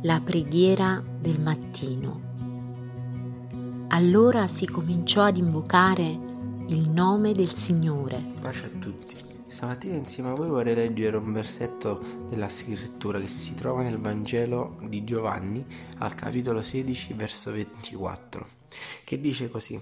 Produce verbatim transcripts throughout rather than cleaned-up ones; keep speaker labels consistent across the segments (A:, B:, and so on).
A: La preghiera del mattino. Allora si cominciò ad invocare il nome del Signore.
B: Pace a tutti. Stamattina insieme a voi vorrei leggere un versetto della scrittura che si trova nel Vangelo di Giovanni al capitolo sedici verso ventiquattro, che dice così: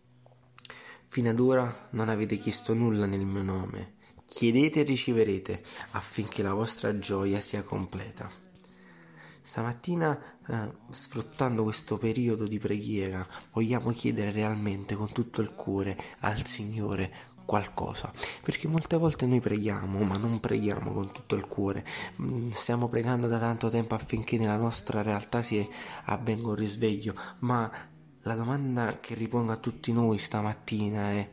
B: fino ad ora non avete chiesto nulla nel mio nome, chiedete e riceverete affinché la vostra gioia sia completa. Stamattina, eh, sfruttando questo periodo di preghiera, vogliamo chiedere realmente con tutto il cuore al Signore qualcosa, perché molte volte noi preghiamo ma non preghiamo con tutto il cuore. Stiamo pregando da tanto tempo affinché nella nostra realtà si avvenga un risveglio, ma la domanda che ripongo a tutti noi stamattina è: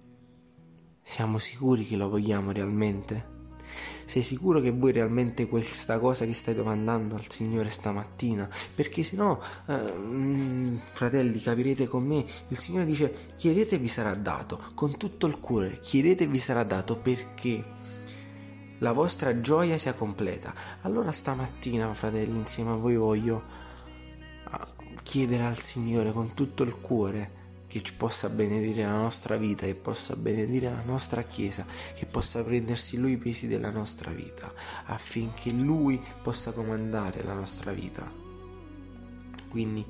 B: siamo sicuri che lo vogliamo realmente? Sei sicuro che vuoi realmente questa cosa che stai domandando al Signore stamattina? Perché se no, eh, fratelli, capirete con me, il Signore dice: chiedete e vi sarà dato, con tutto il cuore, chiedete e vi sarà dato perché la vostra gioia sia completa. Allora stamattina, fratelli, insieme a voi voglio chiedere al Signore con tutto il cuore che ci possa benedire la nostra vita, che possa benedire la nostra Chiesa, che possa prendersi Lui i pesi della nostra vita, affinché Lui possa comandare la nostra vita. Quindi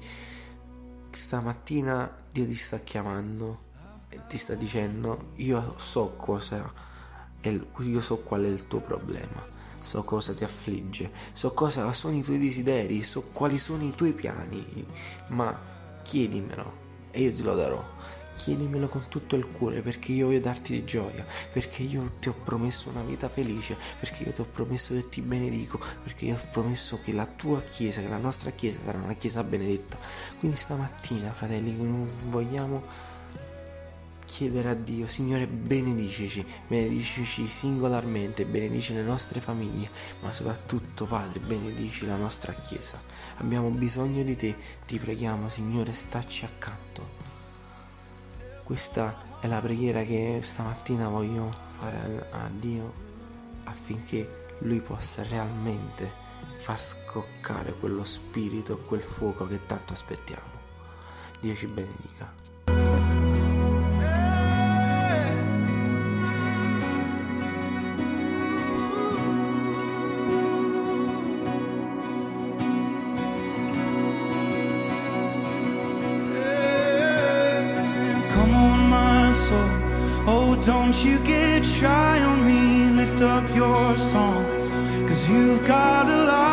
B: stamattina Dio ti sta chiamando e ti sta dicendo: io so cosa è, io so qual è il tuo problema, so cosa ti affligge, so cosa sono i tuoi desideri, so quali sono i tuoi piani, ma chiedimelo e io te lo darò. Chiedimelo con tutto il cuore, perché io voglio darti gioia, perché io ti ho promesso una vita felice, perché io ti ho promesso che ti benedico, perché io ho promesso che la tua Chiesa, che la nostra Chiesa sarà una Chiesa benedetta. Quindi stamattina, fratelli, vogliamo chiedere a Dio: Signore, benediceci, benediceci singolarmente, benedici le nostre famiglie, ma soprattutto, Padre, benedici la nostra Chiesa. Abbiamo bisogno di te, ti preghiamo, Signore, stacci accanto. Questa è la preghiera che stamattina voglio fare a Dio, affinché Lui possa realmente far scoccare quello spirito, quel fuoco che tanto aspettiamo. Dio ci benedica.
C: Oh, don't you get shy on me, lift up your song, 'cause you've got a lot